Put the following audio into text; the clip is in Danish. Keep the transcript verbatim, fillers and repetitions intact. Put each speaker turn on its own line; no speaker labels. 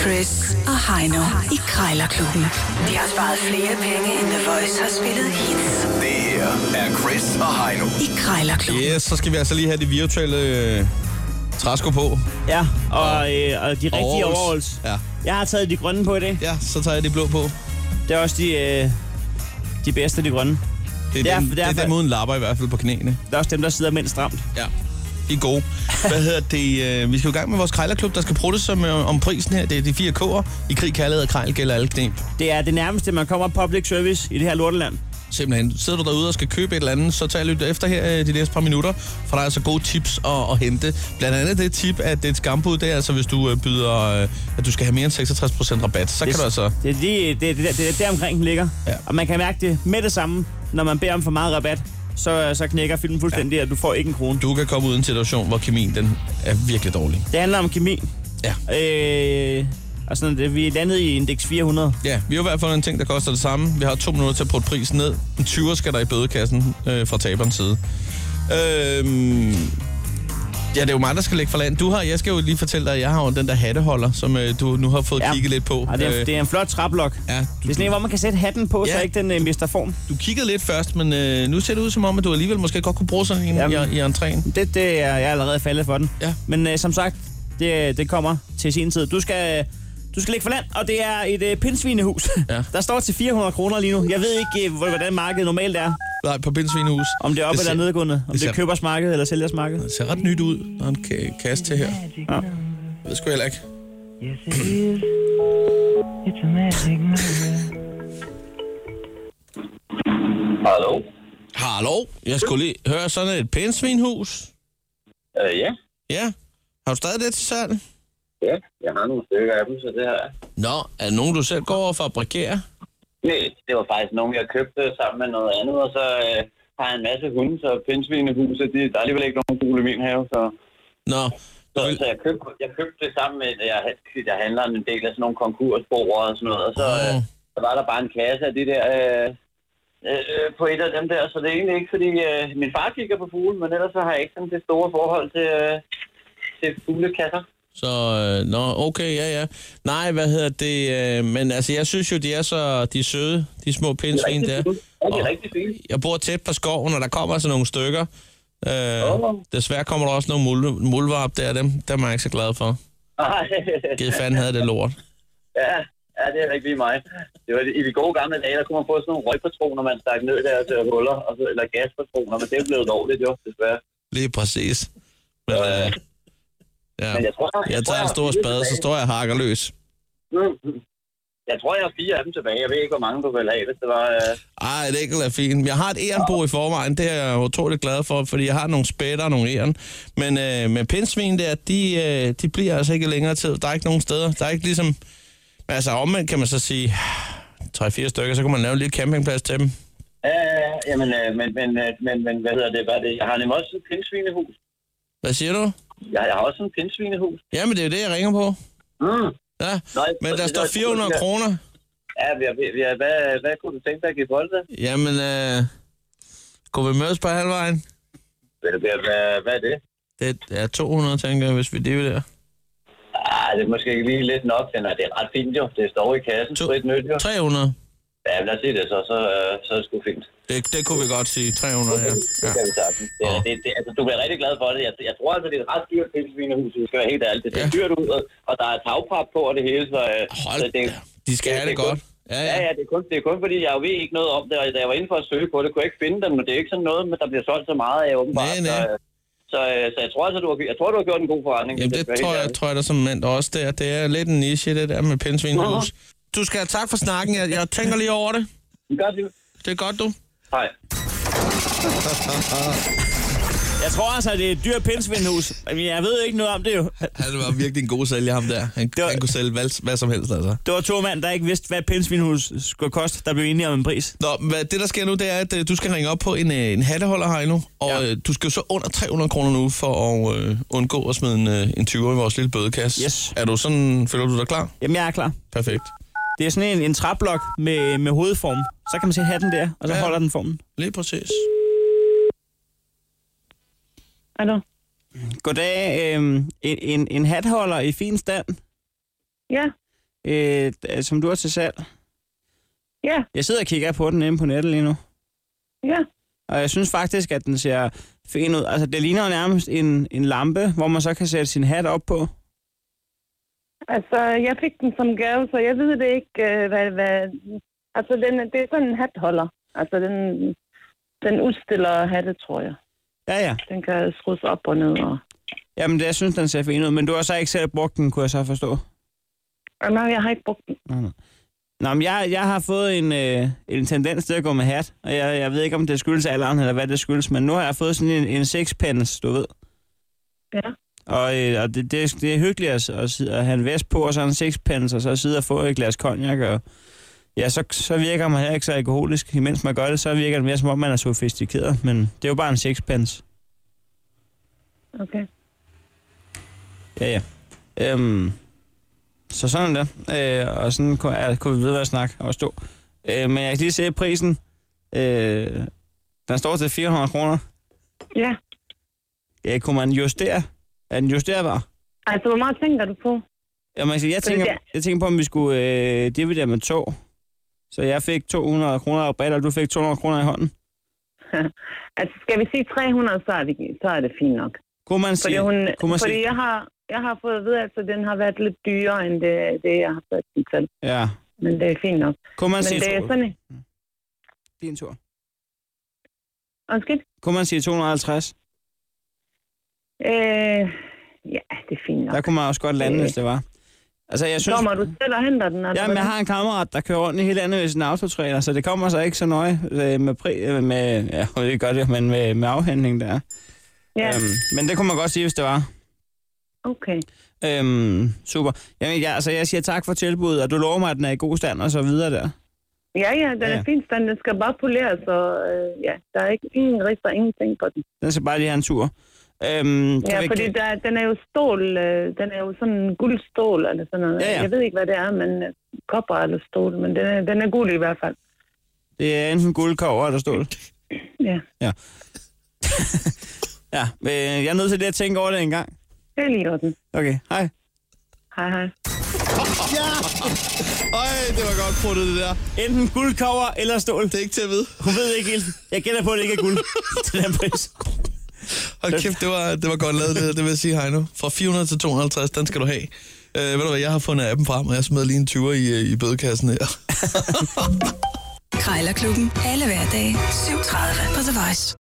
Chris og Heino i Krejlerklubben. De har sparet flere penge, end The Voice har spillet hits.
Det her er Chris og Heino
i Krejlerklubben.
Yes, så skal vi altså lige have de virtuelle øh, træsko på.
Ja, og, øh, og de rigtige overholds.
Ja.
Jeg har taget de grønne på i dag.
Ja, så tager jeg de blå på.
Det er også de, øh, de bedste, de grønne.
Det er,
det er,
dem,
det
det
er,
er dem uden lapper i hvert fald på knæene.
Det er også dem, der sidder mindst stramt.
Ja, de er gode. Hvad hedder det? Øh, vi skal jo i gang med vores krejlerklub, der skal pruttes som, øh, om prisen her. Det er de fire K'er. I krig, kærlighed og krejl gælder alle knep.
Det er det nærmeste, man kommer public service i det her lorteland.
Simpelthen. Sidder du derude og skal købe et eller andet, så tag og lyt efter her de næste par minutter, for der er altså gode tips at, at hente. Blandt andet det tip, at det er et skambud, det er altså, hvis du byder, at du skal have mere end seksogtres procent rabat, så det, kan du altså...
Det er, lige, det, det, det er der omkring den ligger. Ja. Og man kan mærke det med det samme, når man beder om for meget rabat, så, så knækker filmen fuldstændig, ja. Og du får ikke en krone.
Du kan komme ud i en situation, hvor kemien den er virkelig dårlig.
Det handler om kemi.
Ja.
Øh... Og sådan, det, vi er landet i indeks fire hundrede.
Ja, vi har i hvert fald en ting, der koster det samme. Vi har to minutter til at putte prisen ned. En tyver skal der i bødekassen øh, fra taberens side. Øhm, ja, det er jo mig, der skal lægge for land. Du har, jeg skal jo lige fortælle dig, at jeg har jo den der hatteholder, som øh, du nu har fået ja. kigget lidt på.
Ja, det, er, øh, det er en flot træblok. Ja, du, det er sådan en, hvor man kan sætte hatten på, ja. Så ikke den øh, mister form.
Du kiggede lidt først, men øh, nu ser det ud som om, at du alligevel måske godt kunne bruge sådan en Jamen, i, i entréen.
Det, det er jeg er allerede faldet for den.
Ja.
Men øh, som sagt, det, det kommer til sin tid. Du skal... Du skal lægge for land, og det er et øh, pindsvinehus. Ja. Der står til fire hundrede kroner lige nu. Jeg ved ikke, øh, hvordan markedet normalt er.
Nej, på pindsvinehus.
Om det er oppe eller nedgående. Om det, det er købersmarked eller sælgersmarked.
Det ser ret nyt ud. Der er en k- kasse til her. Ja. Jeg ved sgu heller ikke.
Hallo?
Hallo? Jeg skulle lige høre sådan et pindsvinehus.
Øh, ja.
Ja? Har du stadig det til salg?
Ja, jeg har nogle stykker af dem, så det her.
Nå, er det nogen, du selv går over og fabrikerer?
Nej, det var faktisk nogen, jeg købte sammen med noget andet, og så øh, har jeg en masse hunde, så pindsvinehus, de, der er alligevel ikke nogen fugle i min have, så...
Nå.
Så, vil... så jeg, købte, jeg købte det sammen med, jeg, jeg handler en del af sådan nogle konkursborer og sådan noget, og så, oh. øh, så var der bare en kasse af de der... Øh, øh, på et af dem der, så det er egentlig ikke, fordi øh, min far kigger på fugle, men ellers så har jeg ikke sådan det store forhold til, øh, til fuglekasser.
Så, øh, nå, okay, ja, ja. Nej, hvad hedder det, øh, men altså, jeg synes jo, de er så, de er søde, de små pindsvin der.
Ja, det er rigtig fint.
Jeg bor tæt på skoven, og der kommer altså nogle stykker. Øh, oh. Desværre kommer der også nogle mul- mulvarp der, dem, dem er jeg ikke så glad for.
Nej.
Givet fanden havde det lort.
Ja, ja, det er ikke lige mig. Det var, i de gode gamle dage, der kunne man få sådan nogle røgpatroner, man stak ned der til huller, og så, eller gaspatroner, men det er blevet dårligt jo, desværre.
Lige præcis. Men, øh, ja.
Men jeg, tror, jeg,
jeg tager en stor spade, så står jeg hakker løs.
Mm. Jeg tror, jeg har fire af dem tilbage. Jeg ved ikke, hvor mange du vil have, hvis det var... Øh...
Ej, et enkelt er fint. Jeg har et ærenbo i forvejen, det er jeg utroligt glad for, fordi jeg har nogle spætter og nogle æren. Men øh, med pindsvin der, de, øh, de bliver altså ikke længere tid. Der er ikke nogen steder. Der er ikke ligesom... Altså omvendt kan man så sige, tre-fire stykker, så kan man lave en lille campingplads til dem.
Ja, øh, jamen, øh, men, men, men, men, hvad hedder det? Hvad er det? Jeg har nemlig også et pindsvinehus.
Hvad siger du?
Jeg, jeg har også sådan en pindsvinehus.
Jamen, det er jo det, jeg ringer på.
Mm.
Ja,
Nej,
men der står fire hundrede
jeg...
kroner.
Ja, vi har, vi har, hvad, hvad kunne du tænke dig at give bold til?
Jamen, øh, kunne vi mødes på halvvejen?
Hvad, hvad, hvad er det?
Det er to hundrede, tænker jeg, hvis vi dividerer.
Ah, det er måske ikke lige lidt nok, men det er ret fint jo. Det står i kassen,
to,
frit nyt jo.
tre hundrede.
Ja, lad os sige det så, så, så er det sgu fint.
Det, det kunne vi godt sige, tre hundrede, ja.
Det kan vi sagtens. Det, oh. det, det, altså, du bliver rigtig glad for det. Jeg, jeg tror altså, det er et ret dyrt pindsvinehus, det skal være helt ærligt. Det ser ja. dyrt ud, og, og der er tagpap på og det hele, så...
Hold
så det,
de skal det, have det, det godt.
Kun,
ja, ja,
ja, ja, det er, kun, det er kun fordi, jeg ved ikke noget om det, og da jeg var inde for at søge på det, kunne jeg ikke finde dem, men det er ikke sådan noget, der bliver solgt så meget af, åbenbart.
Nej, nej.
Så, Så, så jeg tror altså, du har, jeg tror, du har gjort en god forretning.
Jamen, det, det tror jeg, tror jeg da som mand også der. Det er lidt en niche, det der med pindsvinehus. Uh-huh. Du skal have tak for snakken. Jeg, jeg tænker lige over det.
Godt, du.
Det er godt, du.
Hej.
Jeg tror altså, det er et dyrt pindsvinehus. Jeg ved ikke noget om det jo.
Han var virkelig en god sælger, ham der. Han, var, han kunne sælge hvad, hvad som helst, altså.
Det var to mand, der ikke vidste, hvad et pindsvinehus skulle koste, der blev enige om en pris.
Nå, hvad, det der sker nu, det er, at du skal ringe op på en, en hatteholder, Heino. Og ja. Du skal jo så under tre hundrede kroner nu, for at øh, undgå at smide en, en tyver i vores lille bødekasse.
Yes.
Er du sådan, føler du dig klar?
Jamen, jeg er klar.
Perfekt.
Det er sådan en, en træblok med, med hovedform. Så kan man se hatten der, og så ja. holder den formen.
Lige præcis.
Hallo.
Goddag. Øhm, en, en, en hatholder i fin stand.
Ja.
øh, som du har til salg.
Ja.
Jeg sidder og kigger på den inde på nettet lige nu.
Ja.
Og jeg synes faktisk, at den ser fin ud. Altså, det ligner jo nærmest en, en lampe, hvor man så kan sætte sin hat op på.
Altså, jeg fik den som gave, så jeg ved det ikke, hvad... hvad altså, den, det er sådan en hatholder. Altså, den, den udstiller hatte, tror jeg.
Ja, ja.
Den kan skrues op og ned. Og...
Jamen, det, jeg synes, den ser fin ud, men du har så ikke selv brugt den, kunne jeg så forstå.
Og nej, jeg har ikke brugt den.
Nej, nej. Nå, men jeg, jeg har fået en, øh, en tendens til at gå med hat, og jeg, jeg ved ikke, om det skyldes alderen, eller hvad det skyldes, men nu har jeg fået sådan en, en sixpence, du ved.
Ja.
Og, øh, og det, det, det er hyggeligt at, at, at have en vest på, og så en sixpence, og så sidde og få et glas cognac, og ja, så, så virker man heller ikke så alkoholisk. Imens man gør det, så virker det mere, som om man er sofistikeret, men det er jo bare en sixpence.
Okay.
Ja, ja. Øhm, så sådan der. Øh, og sådan kunne, ja, kunne vi ved, hvad jeg snakke og stå. Øh, men jeg kan lige se prisen. Øh, den står til fire hundrede kroner.
Ja.
Ja, kunne man justere? Er den justerbar?
Altså, hvor meget tænker du på?
Jamen, altså, jeg, tænker, jeg tænker på, om vi skulle øh, dividere med to. Så jeg fik to hundrede kroner rabat, og du fik to hundrede kroner i hånden.
Altså, skal vi sige tre hundrede, så er det, så er det fint nok.
Kunne man sige...
Fordi, hun,
kunne man
fordi
sige,
jeg, har, jeg har fået at vide, at altså, den har været lidt dyrere, end det, det jeg har sat den til.
ja.
Men det er fint nok.
Kunne man
Men
sige
det er
to...
sådan en...
Din tur.
Undskyld?
Kunne man sige to hundrede og halvtreds?
Øh, ja, det er fint nok.
Der kunne man også godt lande,
øh.
hvis det var. Altså, jeg synes...
Kommer du selv og henter den?
Ja, men jeg har en kammerat, der kører rundt i hele landet med sin autotræner, så det kommer så ikke så nøje med, pri, med ja, det gør det, men med, med afhentning der.
Ja.
Øhm, men det kunne man godt sige, hvis det var.
Okay.
Øhm, super. Jamen, ja, altså, jeg siger tak for tilbuddet, og du lover mig, at den er i god stand og så videre der.
Ja, ja, den
Ja.
er fint stand. Den skal bare poleres, så øh, ja, der er ikke ingen rister, ingenting på den.
Den skal bare lige have en tur. Øhm,
Ja,
vi...
fordi der, den er jo stål, øh, den er jo sådan en guldstål eller sådan noget.
Ja, ja.
Jeg ved ikke, hvad det er, men øh, kopper eller stål, men den er, den er guld i hvert fald.
Det er enten guldkover eller stål.
Ja.
Ja. ja, men jeg er nødt til lige at tænke over det en gang.
Det er lige orden.
Okay, hej.
Hej, hej.
Ja! Øj, det var godt pruttet, det der.
Enten guldkover eller stål.
Det er ikke til at vide.
Hun ved ikke helt. Jeg gætter på, at det ikke er guld til den pris.
Hold kæft, det var, det var godt lavet, det, det vil jeg sige, Heino. Fra fire hundrede til to hundrede og halvtreds, den skal du have. Uh, ved du hvad, jeg har fundet appen frem, og jeg smed lige en tyver i, i bødekassen her.
Krejlerklubben. Alle hverdage. syv tredive på The Voice.